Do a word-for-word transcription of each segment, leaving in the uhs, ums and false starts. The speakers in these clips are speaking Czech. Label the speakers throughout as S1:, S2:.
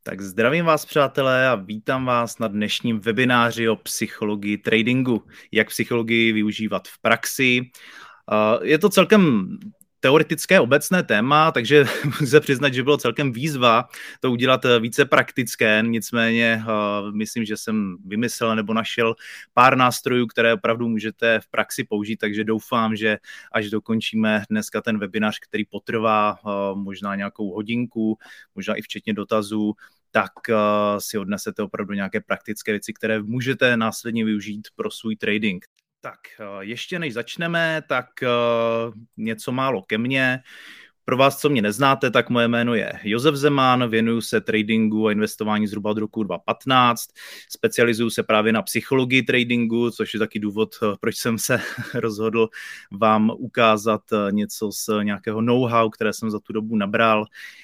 S1: Tak zdravím vás, přátelé, a vítám vás na dnešním webináři o psychologii tradingu. Jak psychologii využívat v praxi. Je to celkem teoretické obecné téma, takže musím se přiznat, že bylo celkem výzva to udělat více praktické, nicméně myslím, že jsem vymyslel nebo našel pár nástrojů, které opravdu můžete v praxi použít, takže doufám, že až dokončíme dneska ten webinář, který potrvá možná nějakou hodinku, možná i včetně dotazů, tak si odnesete opravdu nějaké praktické věci, které můžete následně využít pro svůj trading. Tak ještě než začneme, tak uh, něco málo ke mně. Pro vás, co mě neznáte, tak moje jméno je Josef Zeman, věnuju se tradingu a investování zhruba od roku dva tisíce patnáct. Specializuju se právě na psychologii tradingu, což je taky důvod, proč jsem se rozhodl vám ukázat něco z nějakého know-how, které jsem za tu dobu nabral.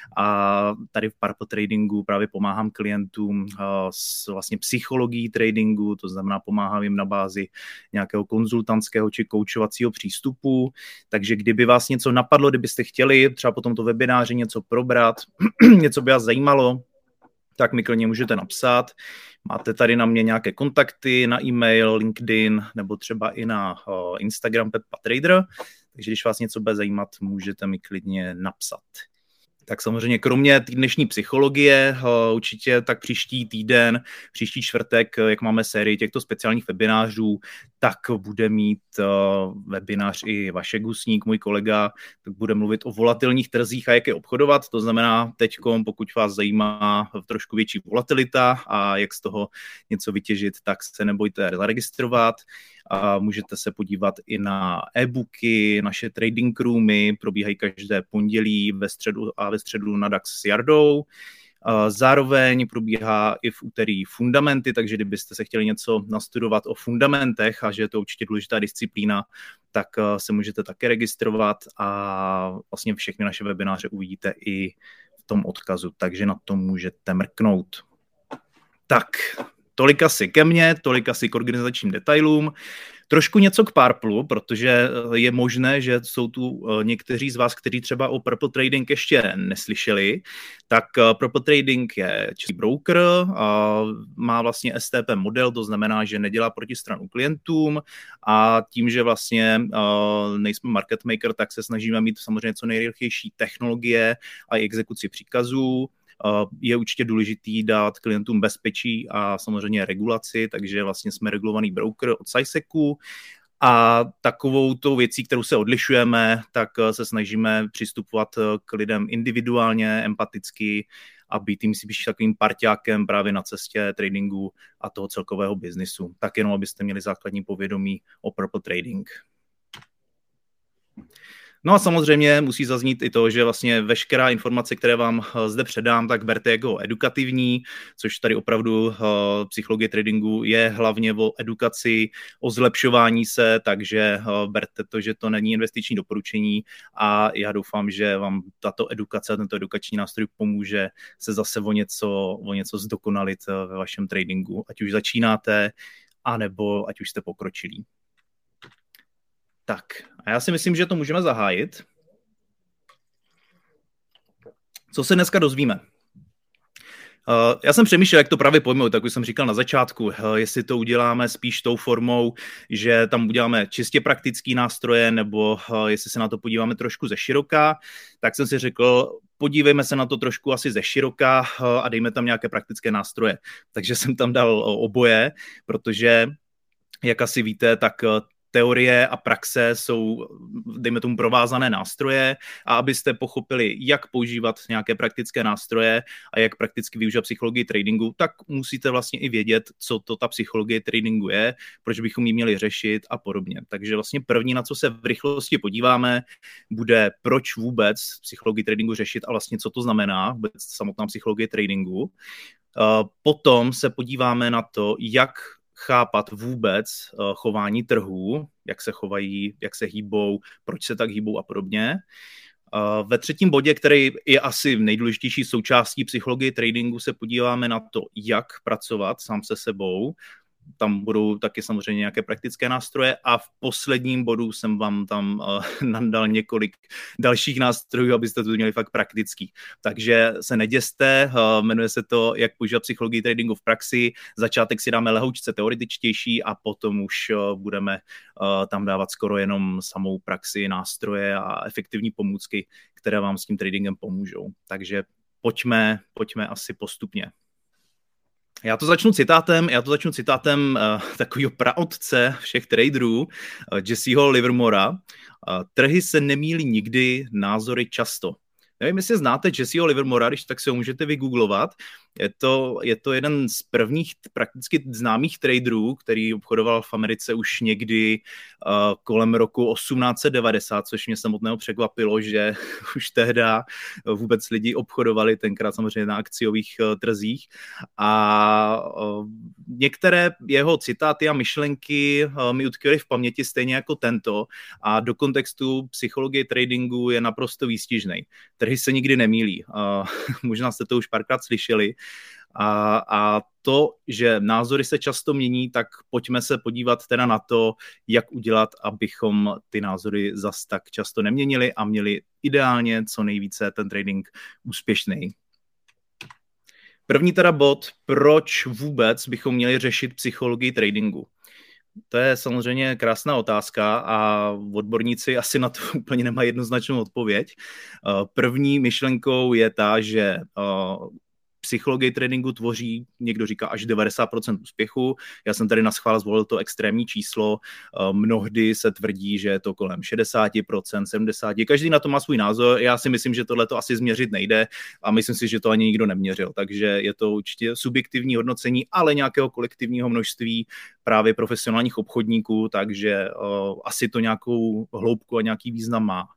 S1: A tady v Purple Tradingu právě pomáhám klientům s vlastně psychologií tradingu, to znamená pomáhám jim na bázi nějakého konzultantského či koučovacího přístupu. Takže kdyby vás něco napadlo, kdybyste chtěli třeba po tomto webináři něco probrat, něco by vás zajímalo, tak mi klidně můžete napsat. Máte tady na mě nějaké kontakty, na e-mail, LinkedIn nebo třeba i na Instagram Peppa Trader, takže když vás něco bude zajímat, můžete mi klidně napsat. Tak samozřejmě kromě té dnešní psychologie, určitě tak příští týden, příští čtvrtek, jak máme sérii těchto speciálních webinářů, tak bude mít webinář i Vašek Husník, můj kolega, tak bude mluvit o volatilních trzích a jak je obchodovat. To znamená teďkom, pokud vás zajímá trošku větší volatilita a jak z toho něco vytěžit, tak se nebojte zaregistrovat. A můžete se podívat i na e-booky, naše trading roomy, probíhají každé pondělí ve středu a ve středu na DAX s Jardou. Zároveň probíhá i v úterý fundamenty, takže kdybyste se chtěli něco nastudovat o fundamentech a že je to určitě důležitá disciplína, tak se můžete také registrovat a vlastně všechny naše webináře uvidíte i v tom odkazu, takže na to můžete mrknout. Tak, tolik asi ke mně, tolik asi k organizačním detailům. Trošku něco k Purplu, protože je možné, že jsou tu někteří z vás, kteří třeba o Purple Trading ještě neslyšeli. Tak Purple Trading je český broker, má vlastně S T P model, to znamená, že nedělá protistranu klientům a tím, že vlastně nejsme market maker, tak se snažíme mít samozřejmě co nejrychlejší technologie a exekuci příkazů. Je určitě důležitý dát klientům bezpečí a samozřejmě regulaci, takže vlastně jsme regulovaný broker od SciSecu a takovou tou věcí, kterou se odlišujeme, tak se snažíme přistupovat k lidem individuálně, empaticky a být jim spíš takovým parťákem právě na cestě tradingu a toho celkového biznisu. Tak jenom, abyste měli základní povědomí o Purple Trading. No a samozřejmě musí zaznít i to, že vlastně veškerá informace, které vám zde předám, tak berte jako edukativní, což tady opravdu psychologie tradingu je hlavně o edukaci, o zlepšování se, takže berte to, že to není investiční doporučení a já doufám, že vám tato edukace a tento edukační nástroj pomůže se zase o něco, o něco zdokonalit ve vašem tradingu, ať už začínáte, anebo ať už jste pokročilí. Tak, a já si myslím, že to můžeme zahájit. Co se dneska dozvíme? Uh, já jsem přemýšlel, jak to právě pojmout, tak už jsem říkal na začátku, uh, jestli to uděláme spíš tou formou, že tam uděláme čistě praktický nástroje, nebo uh, jestli se na to podíváme trošku ze široka, tak jsem si řekl, podívejme se na to trošku asi ze široka uh, a dejme tam nějaké praktické nástroje. Takže jsem tam dal uh, oboje, protože, jak asi víte, tak uh, teorie a praxe jsou, dejme tomu, provázané nástroje a abyste pochopili, jak používat nějaké praktické nástroje a jak prakticky využívat psychologii tradingu, tak musíte vlastně i vědět, co to ta psychologie tradingu je, proč bychom ji měli řešit a podobně. Takže vlastně první, na co se v rychlosti podíváme, bude, proč vůbec psychologii tradingu řešit a vlastně co to znamená, vůbec samotná psychologie tradingu. Potom se podíváme na to, jak chápat vůbec uh, chování trhů, jak se chovají, jak se hýbou, proč se tak hýbou a podobně. Uh, ve třetím bodě, který je asi nejdůležitější součástí psychologie tradingu, se podíváme na to, jak pracovat sám se sebou, tam budou taky samozřejmě nějaké praktické nástroje a v posledním bodu jsem vám tam uh, nadal několik dalších nástrojů, abyste to měli fakt praktický. Takže se neděste, uh, jmenuje se to Jak používat psychologii tradingu v praxi. Začátek si dáme lehoučce teoretičtější a potom už uh, budeme uh, tam dávat skoro jenom samou praxi, nástroje a efektivní pomůcky, které vám s tím tradingem pomůžou. Takže pojďme, pojďme asi postupně. Já to začnu citátem, já to začnu citátem uh, takového praotce všech traderů, uh, Jesseho Livermora. Uh, Trhy se nemýlí nikdy, názory často. Nevím, jestli znáte Jesseho Livermora, když tak si ho můžete vygooglovat. Je to, je to jeden z prvních prakticky známých traderů, který obchodoval v Americe už někdy uh, kolem roku osmnáct set devadesát, což mě samotného překvapilo, že už tehdy vůbec lidi obchodovali, tenkrát samozřejmě na akciových uh, trzích. A uh, některé jeho citáty a myšlenky uh, mi utkvěly v paměti stejně jako tento a do kontextu psychologie tradingu je naprosto výstižný. Trhy se nikdy nemýlí. Uh, možná jste to už párkrát slyšeli. A, a to, že názory se často mění, tak pojďme se podívat teda na to, jak udělat, abychom ty názory zas tak často neměnili a měli ideálně co nejvíce ten trading úspěšný. První teda bod, proč vůbec bychom měli řešit psychologii tradingu. To je samozřejmě krásná otázka a odborníci asi na to úplně nemají jednoznačnou odpověď. První myšlenkou je ta, že psychologie tradingu tvoří, někdo říká, až devadesát procent úspěchu. Já jsem tady naschvál zvolil to extrémní číslo. Mnohdy se tvrdí, že je to kolem šedesát procent, sedmdesát procent. Každý na to má svůj názor. Já si myslím, že tohle to asi změřit nejde a myslím si, že to ani nikdo neměřil. Takže je to určitě subjektivní hodnocení, ale nějakého kolektivního množství právě profesionálních obchodníků, takže uh, asi to nějakou hloubku a nějaký význam má.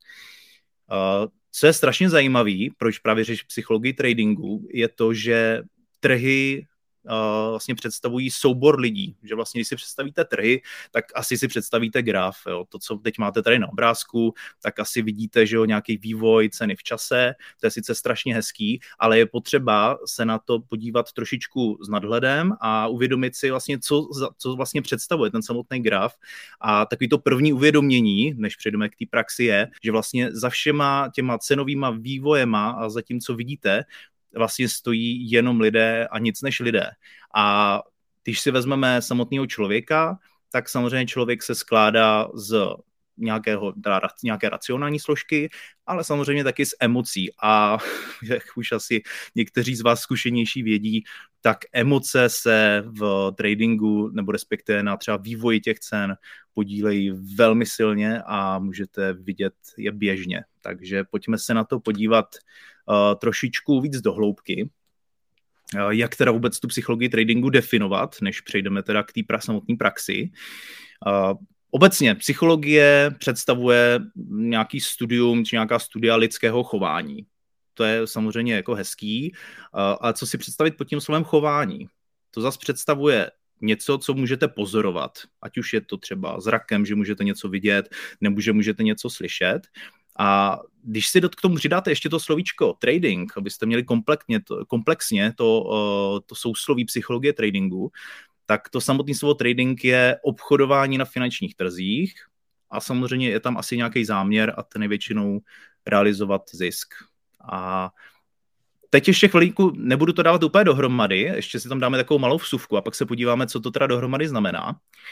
S1: Uh, Co je strašně zajímavý, proč právě řešit psychologii tradingu, je to, že trhy uh, vlastně představují soubor lidí. Že vlastně, když si představíte trhy, tak asi si představíte graf. Jo. To, co teď máte tady na obrázku, tak asi vidíte, že jo, nějaký vývoj ceny v čase. To je sice strašně hezký, ale je potřeba se na to podívat trošičku s nadhledem a uvědomit si vlastně, co, co vlastně představuje ten samotný graf. A takový to první uvědomění, než přejdeme k té praxi, je, že vlastně za všema těma cenovýma vývojema a za tím, co vidíte, vlastně stojí jenom lidé a nic než lidé. A když si vezmeme samotného člověka, tak samozřejmě člověk se skládá z nějakého, teda nějaké racionální složky, ale samozřejmě taky z emocí. A jak už asi někteří z vás zkušenější vědí, tak emoce se v tradingu nebo respektive na třeba vývoji těch cen podílejí velmi silně a můžete vidět je běžně. Takže pojďme se na to podívat uh, trošičku víc do hloubky. Uh, jak teda vůbec tu psychologii tradingu definovat, než přejdeme teda k té pra- samotné praxi. Uh, Obecně psychologie představuje nějaký studium či nějaká studia lidského chování. To je samozřejmě jako hezký, ale co si představit pod tím slovem chování? To zase představuje něco, co můžete pozorovat, ať už je to třeba zrakem, že můžete něco vidět, nebo že můžete něco slyšet. A když si k tomu přidáte ještě to slovíčko trading, abyste měli komplexně to, komplexně to, to sousloví psychologie tradingu, tak to samotné slovo trading je obchodování na finančních trzích a samozřejmě je tam asi nějaký záměr a ten je většinou realizovat zisk. A teď ještě chvilku, nebudu to dávat úplně dohromady, ještě si tam dáme takovou malou vsuvku a pak se podíváme, co to teda dohromady znamená.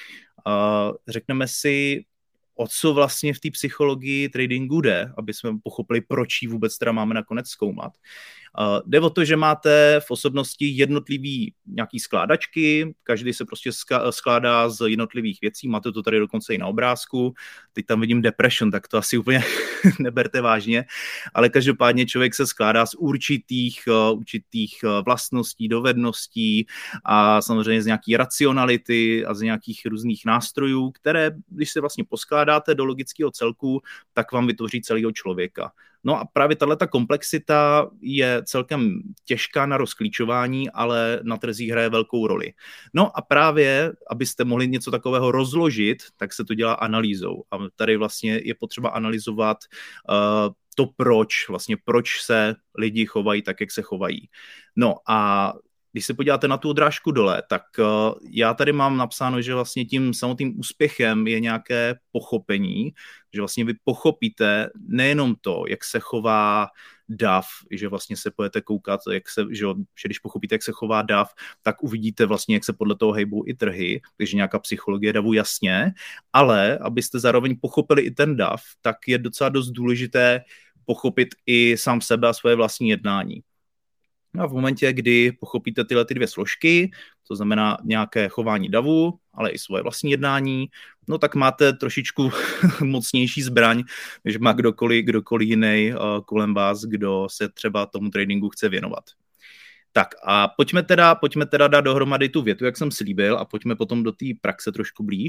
S1: Řekneme si, o co vlastně v té psychologii tradingu jde, aby jsme pochopili, proč ji vůbec teda máme nakonec zkoumat. Uh, jde o to, že máte v osobnosti jednotlivý nějaký skládačky, každý se prostě skládá z jednotlivých věcí, máte to tady dokonce i na obrázku, teď tam vidím depression, tak to asi úplně neberte vážně, ale každopádně člověk se skládá z určitých, uh, určitých vlastností, dovedností a samozřejmě z nějaký racionality a z nějakých různých nástrojů, které, když se vlastně poskládáte do logického celku, tak vám vytvoří celého člověka. No a právě tato komplexita je celkem těžká na rozklíčování, ale na trzích hraje velkou roli. No a právě, abyste mohli něco takového rozložit, tak se to dělá analýzou. A tady vlastně je potřeba analyzovat uh, to proč, vlastně proč se lidi chovají tak, jak se chovají. No a když se podíváte na tu odrážku dole, tak já tady mám napsáno, že vlastně tím samotným úspěchem je nějaké pochopení, že vlastně vy pochopíte nejenom to, jak se chová dav, že vlastně se pojete koukat, jak se, že, že když pochopíte, jak se chová dav, tak uvidíte vlastně, jak se podle toho hejbou i trhy, takže nějaká psychologie davu jasně, ale abyste zároveň pochopili i ten dav, tak je docela dost důležité pochopit i sám sebe a svoje vlastní jednání. A v momentě, kdy pochopíte tyhle ty dvě složky, to znamená nějaké chování davu, ale i svoje vlastní jednání, no tak máte trošičku mocnější zbraň, než má kdokoliv, kdokoliv jiný uh, kolem vás, kdo se třeba tomu tradingu chce věnovat. Tak a pojďme teda, pojďme teda dát dohromady tu větu, jak jsem slíbil, a pojďme potom do té praxe trošku blíž.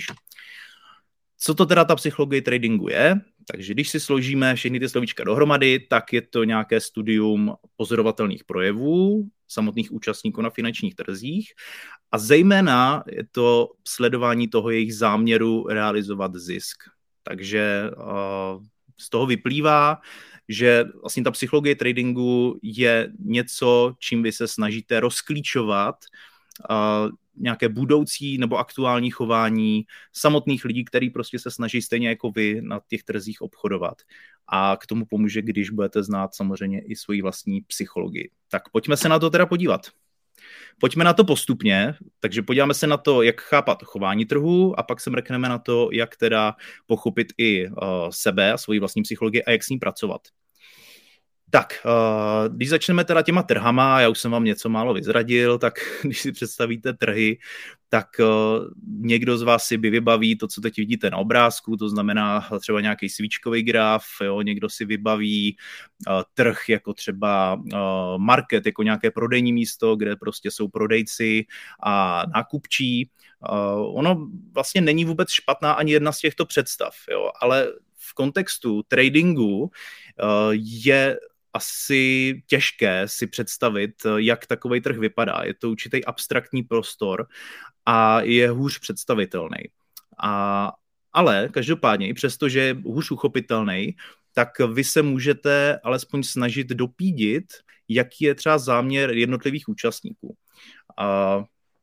S1: Co to teda ta psychologie tradingu je? Takže když si složíme všechny ty slovíčka dohromady, tak je to nějaké studium pozorovatelných projevů samotných účastníků na finančních trzích a zejména je to sledování toho jejich záměru realizovat zisk. Takže uh, z toho vyplývá, že vlastně ta psychologie tradingu je něco, čím vy se snažíte rozklíčovat uh, nějaké budoucí nebo aktuální chování samotných lidí, který prostě se snaží stejně jako vy na těch trzích obchodovat. A k tomu pomůže, když budete znát samozřejmě i svoji vlastní psychologii. Tak pojďme se na to teda podívat. Pojďme na to postupně, takže podíváme se na to, jak chápat chování trhu a pak se mrkneme na to, jak teda pochopit i uh, sebe a svoji vlastní psychologii a jak s ní pracovat. Tak, když začneme teda těma trhama, já už jsem vám něco málo vyzradil, tak když si představíte trhy, tak někdo z vás si by vybaví to, co teď vidíte na obrázku, to znamená třeba nějaký svíčkový graf, jo, někdo si vybaví trh jako třeba market, jako nějaké prodejní místo, kde prostě jsou prodejci a nákupčí. Ono vlastně není vůbec špatná ani jedna z těchto představ, jo, ale v kontextu tradingu je asi těžké si představit, jak takovej trh vypadá. Je to určitý abstraktní prostor a je hůř představitelný. A, ale každopádně, i přesto, že je hůř uchopitelný, tak vy se můžete alespoň snažit dopídit, jaký je třeba záměr jednotlivých účastníků. A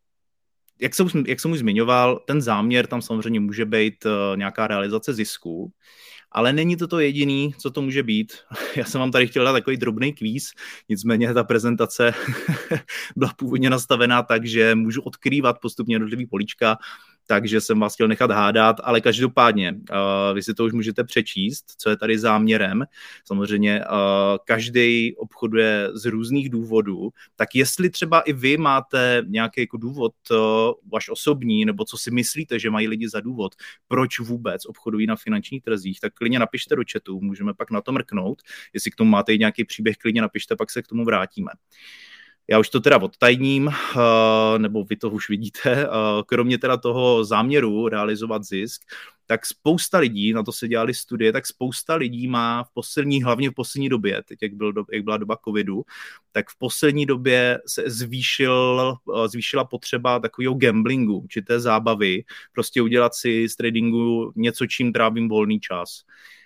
S1: jak jsem, jak jsem už zmiňoval, ten záměr tam samozřejmě může být nějaká realizace zisku, ale není to to jediný, co to může být. Já jsem vám tady chtěl dát takový drobný kvíz, nicméně ta prezentace byla původně nastavená tak, že můžu odkrývat postupně jednotlivý políčka, takže jsem vás chtěl nechat hádat, ale každopádně uh, vy si to už můžete přečíst, co je tady záměrem. Samozřejmě uh, každý obchoduje z různých důvodů, tak jestli třeba i vy máte nějaký jako důvod uh, váš osobní, nebo co si myslíte, že mají lidi za důvod, proč vůbec obchodují na finančních trzích, tak klidně napište do chatu, můžeme pak na to mrknout. Jestli k tomu máte i nějaký příběh, klidně napište, pak se k tomu vrátíme. Já už to teda odtajním, nebo vy to už vidíte, kromě teda toho záměru realizovat zisk, tak spousta lidí, na to se dělali studie, tak spousta lidí má v poslední, hlavně v poslední době, teď jak, byl, jak byla doba covidu, tak v poslední době se zvýšil, zvýšila potřeba takového gamblingu, určité zábavy, prostě udělat si z tradingu něco, čím trávím volný čas.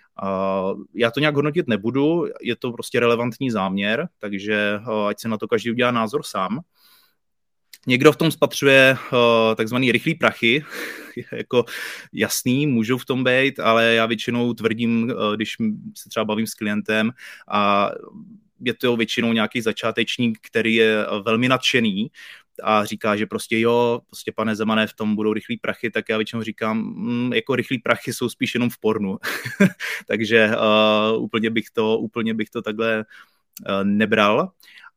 S1: Uh, já to nějak hodnotit nebudu, je to prostě relevantní záměr, takže uh, ať se na to každý udělá názor sám. Někdo v tom spatřuje uh, takzvaný rychlý prachy, jako jasný, můžou v tom být, ale já většinou tvrdím, uh, když se třeba bavím s klientem a je to většinou nějaký začátečník, který je velmi nadšený a říká, že prostě jo, prostě pane Zemane, v tom budou rychlý prachy, tak já většinou říkám, mm, jako rychlý prachy jsou spíš jenom v pornu. Takže uh, úplně, bych to, úplně bych to takhle uh, nebral.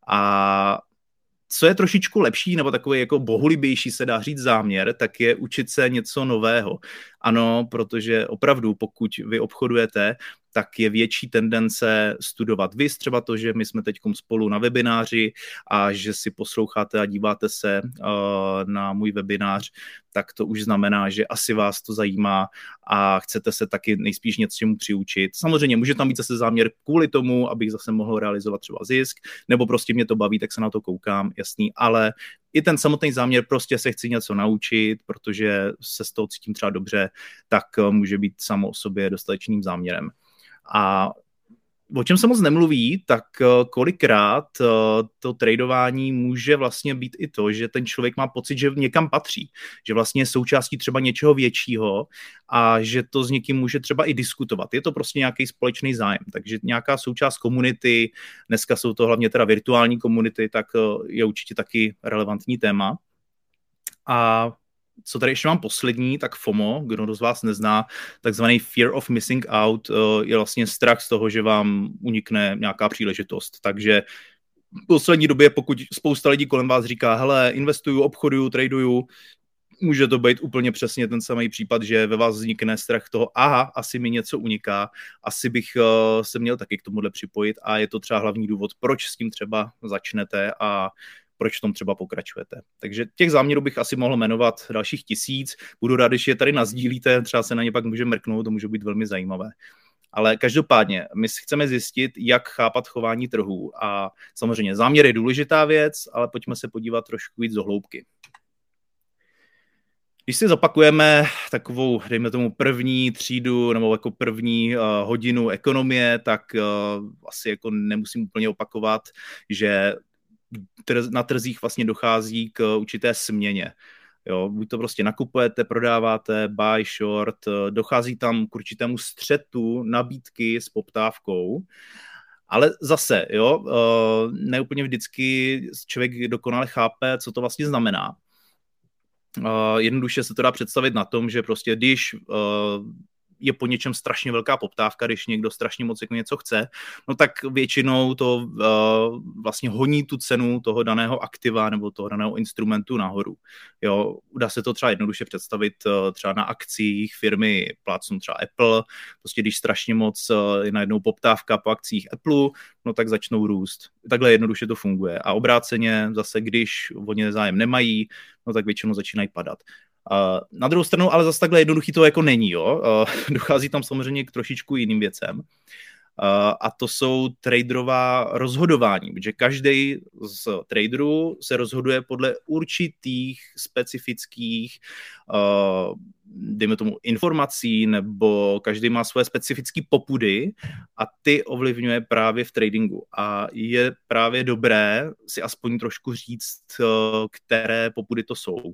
S1: A co je trošičku lepší, nebo takový jako bohulibější se dá říct záměr, tak je učit se něco nového. Ano, protože opravdu, pokud vy obchodujete, tak je větší tendence studovat vys, třeba to, že my jsme teď spolu na webináři a že si posloucháte a díváte se uh, na můj webinář, tak to už znamená, že asi vás to zajímá a chcete se taky nejspíš něčemu přiučit. Samozřejmě může tam být zase záměr kvůli tomu, abych zase mohl realizovat třeba zisk, nebo prostě mě to baví, tak se na to koukám, jasný, ale i ten samotný záměr, prostě se chci něco naučit, protože se z toho cítím třeba dobře, tak může být samo o sobě dostatečným záměrem. A o čem se moc nemluví, tak kolikrát to tradování může vlastně být i to, že ten člověk má pocit, že někam patří, že vlastně je součástí třeba něčeho většího a že to s někým může třeba i diskutovat. Je to prostě nějaký společný zájem, takže nějaká součást komunity, dneska jsou to hlavně teda virtuální komunity, tak je určitě taky relevantní téma. A co tady ještě mám poslední, tak FOMO, kdo z vás nezná, takzvaný fear of missing out, je vlastně strach z toho, že vám unikne nějaká příležitost. Takže v poslední době, pokud spousta lidí kolem vás říká, hele, investuju, obchoduju, traduju, může to být úplně přesně ten samý případ, že ve vás vznikne strach toho, aha, asi mi něco uniká, asi bych se měl taky k tomuhle připojit a je to třeba hlavní důvod, proč s tím třeba začnete a proč v tom třeba pokračujete. Takže těch záměrů bych asi mohl jmenovat dalších tisíc. Budu rád, když je tady nazdílíte, třeba se na ně pak může mrknout, to může být velmi zajímavé. Ale každopádně, my chceme zjistit, jak chápat chování trhů a samozřejmě záměr je důležitá věc, ale pojďme se podívat trošku víc do hloubky. Když si zapakujeme takovou, dejme tomu, první třídu nebo jako první uh, hodinu ekonomie, tak uh, asi jako nemusím úplně opakovat, že na trzích vlastně dochází k určité směně. Jo, buď to prostě nakupujete, prodáváte, buy, short, dochází tam k určitému střetu nabídky s poptávkou, ale zase, jo, ne úplně vždycky člověk dokonale chápe, co to vlastně znamená. Jednoduše se to dá představit na tom, že prostě když je po něčem strašně velká poptávka, když někdo strašně moc jako něco chce, no tak většinou to uh, vlastně honí tu cenu toho daného aktiva nebo toho daného instrumentu nahoru. Jo, dá se to třeba jednoduše představit uh, třeba na akcích firmy, plácnu třeba Apple, prostě když strašně moc uh, je najednou poptávka po akcích Apple, no tak začnou růst. Takhle jednoduše to funguje. A obráceně zase, když o ně zájem nemají, no tak většinou začínají padat. Uh, na druhou stranu, ale zase takhle jednoduchý to jako není, jo. Uh, dochází tam samozřejmě k trošičku jiným věcem. Uh, a to jsou traderová rozhodování, protože každý z traderů se rozhoduje podle určitých specifických uh, dejme tomu informací, nebo každý má svoje specifické popudy a ty ovlivňuje právě v tradingu. A je právě dobré si aspoň trošku říct, uh, které popudy to jsou.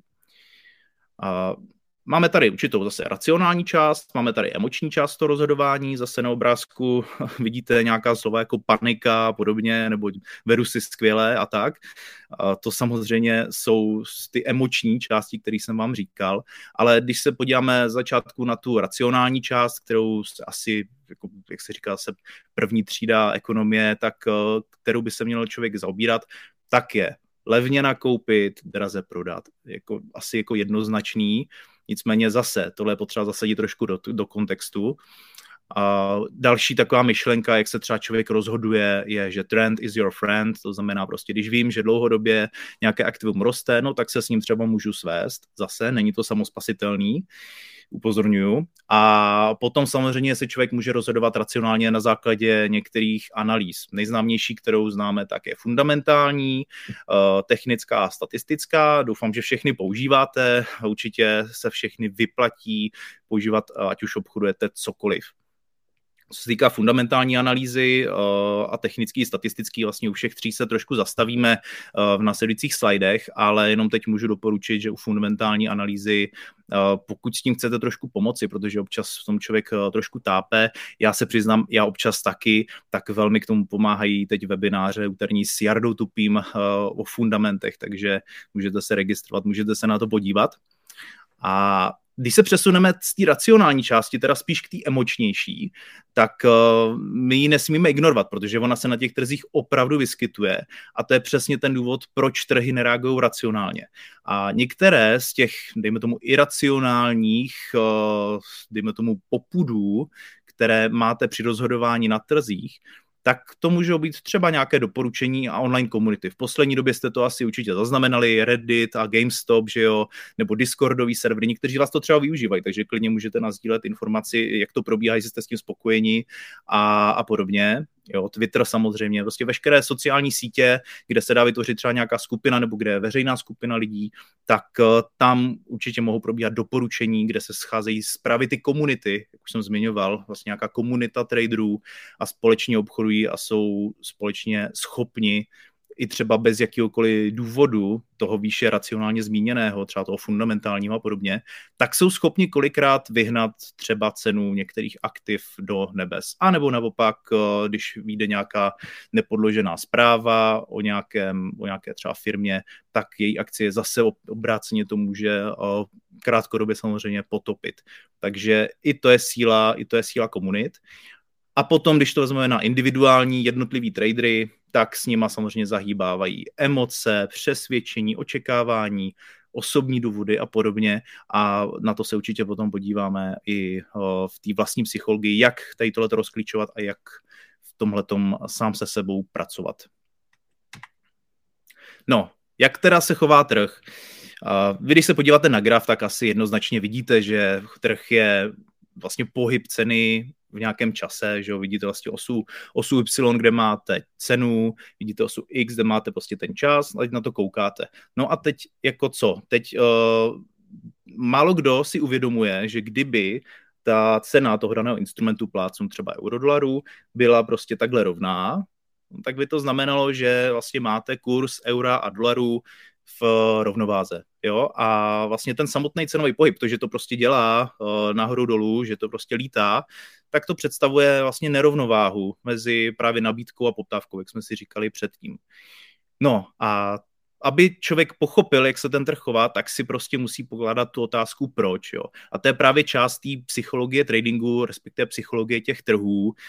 S1: Uh, máme tady určitou zase racionální část, máme tady emoční část toho rozhodování, zase na obrázku vidíte nějaká slova jako panika a podobně, nebo vedu si skvěle a tak. Uh, to samozřejmě jsou ty emoční části, které jsem vám říkal, ale když se podíváme z začátku na tu racionální část, kterou asi, jako, jak se říká, se první třída ekonomie, tak uh, kterou by se měl člověk zaobírat, tak je levně nakoupit, draze prodat. Jako, asi jako jednoznačný. Nicméně zase, tohle je potřeba zasadit trošku do, do kontextu. A další taková myšlenka, jak se třeba člověk rozhoduje, je, že trend is your friend, to znamená prostě, když vím, že dlouhodobě nějaké aktivum roste, no tak se s ním třeba můžu svést. Zase, není to samospasitelný, upozorňuju. A potom samozřejmě se člověk může rozhodovat racionálně na základě některých analýz. Nejznámější, kterou známe, tak je fundamentální, technická a statistická. Doufám, že všechny používáte. Určitě se všechny vyplatí používat, ať už obchodujete cokoliv. Co se týká fundamentální analýzy a technický, statistický, vlastně u všech tří se trošku zastavíme v následujících slidech, ale jenom teď můžu doporučit, že u fundamentální analýzy, pokud s tím chcete trošku pomoci, protože občas v tom člověk trošku tápe, já se přiznám, já občas taky, tak velmi k tomu pomáhají teď webináře úterní s Jardou Tupým o fundamentech, takže můžete se registrovat, můžete se na to podívat. A když se přesuneme z té racionální části, teda spíš k té emočnější, tak uh, my ji nesmíme ignorovat, protože ona se na těch trzích opravdu vyskytuje a to je přesně ten důvod, proč trhy nereagují racionálně. A některé z těch, dejme tomu, iracionálních, uh, dejme tomu, popudů, které máte při rozhodování na trzích, tak to můžou být třeba nějaké doporučení a online komunity. V poslední době jste to asi určitě zaznamenali, Reddit a GameStop, že jo, nebo Discordový servery, někteří vás to třeba využívají, takže klidně můžete nasdílet informaci, jak to probíhá, jestli jste s tím spokojeni a, a podobně. jo, Twitter samozřejmě, prostě veškeré sociální sítě, kde se dá vytvořit třeba nějaká skupina nebo kde je veřejná skupina lidí, tak tam určitě mohou probíhat doporučení, kde se scházejí právě ty komunity, jak už jsem zmiňoval, vlastně nějaká komunita traderů a společně obchodují a jsou společně schopni i třeba bez jakýhokoliv důvodu toho výše racionálně zmíněného, třeba toho fundamentálního a podobně, tak jsou schopni kolikrát vyhnat třeba cenu některých aktiv do nebes. A nebo naopak, když vyjde nějaká nepodložená zpráva o, nějakém, o nějaké třeba firmě, tak její akcie zase obráceně to může krátkodobě samozřejmě potopit. Takže i to je síla, i to je síla komunit. A potom, když to vezmeme na individuální jednotlivý tradery, tak s nima samozřejmě zahýbávají emoce, přesvědčení, očekávání, osobní důvody a podobně. A na to se určitě potom podíváme i v té vlastní psychologii, jak tady tohleto rozklíčovat a jak v tomhletom sám se sebou pracovat. No, jak teda se chová trh? Vy, když se podíváte na graf, tak asi jednoznačně vidíte, že trh je vlastně pohyb ceny v nějakém čase, že jo, vidíte vlastně osu, osu Y, kde máte cenu, vidíte osu X, kde máte prostě ten čas, a teď na to koukáte. No a teď jako co? Teď uh, málo kdo si uvědomuje, že kdyby ta cena toho daného instrumentu plácnu třeba eurodolaru byla prostě takhle rovná, tak by to znamenalo, že vlastně máte kurz eura a dolaru v rovnováze, jo, a vlastně ten samotný cenový pohyb, to, že to prostě dělá uh, nahoru dolů, že to prostě lítá, tak to představuje vlastně nerovnováhu mezi právě nabídkou a poptávkou, jak jsme si říkali předtím. No a aby člověk pochopil, jak se ten trh chová, tak si prostě musí pokládat tu otázku proč, jo. A to je právě část té psychologie tradingu, respektive psychologie těch trhů, uh,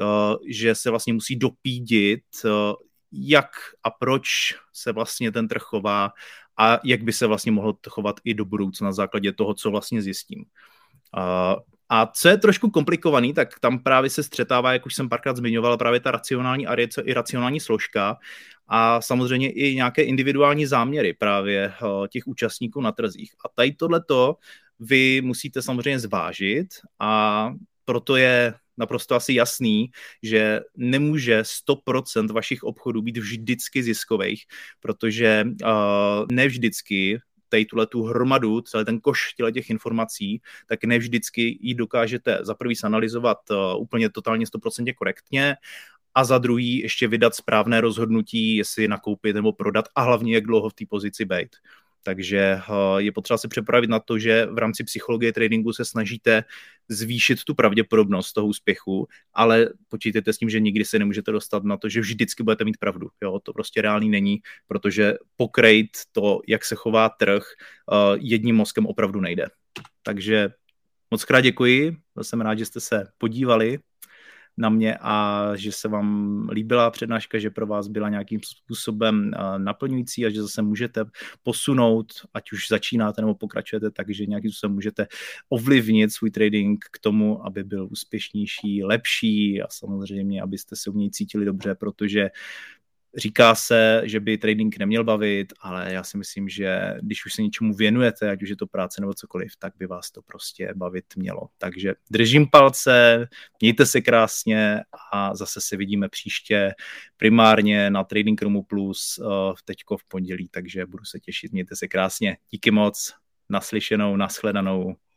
S1: že se vlastně musí dopídit, uh, jak a proč se vlastně ten trh chová a jak by se vlastně mohlo chovat i do budoucna na základě toho, co vlastně zjistím. Uh, a co je trošku komplikovaný, tak tam právě se střetává, jak už jsem párkrát zmiňoval, právě ta racionální a iracionální složka a samozřejmě i nějaké individuální záměry právě uh, těch účastníků na trzích. A tady tohleto vy musíte samozřejmě zvážit a proto je naprosto asi jasný, že nemůže sto procent vašich obchodů být vždycky ziskových, protože uh, ne vždycky tady tu hromadu, celý ten koš těch informací, tak ne vždycky ji dokážete za prvý zanalyzovat uh, úplně totálně sto procent korektně a za druhý ještě vydat správné rozhodnutí, jestli nakoupit nebo prodat a hlavně jak dlouho v té pozici být. Takže je potřeba se připravit na to, že v rámci psychologie tradingu se snažíte zvýšit tu pravděpodobnost toho úspěchu, ale počítejte s tím, že nikdy se nemůžete dostat na to, že vždycky budete mít pravdu. Jo, to prostě reálný není, protože pokrýt to, jak se chová trh, jedním mozkem opravdu nejde. Takže moc krát děkuji, jsem rád, že jste se podívali na mě a že se vám líbila přednáška, že pro vás byla nějakým způsobem naplňující a že zase můžete posunout, ať už začínáte nebo pokračujete, takže nějakým způsobem můžete ovlivnit svůj trading k tomu, aby byl úspěšnější, lepší a samozřejmě, abyste se u něj cítili dobře, protože říká se, že by trading neměl bavit, ale já si myslím, že když už se něčemu věnujete, ať už je to práce nebo cokoliv, tak by vás to prostě bavit mělo. Takže držím palce, mějte se krásně a zase se vidíme příště primárně na Trading Roomu Plus teďko v pondělí, takže budu se těšit, mějte se krásně. Díky moc, naslyšenou, nashledanou.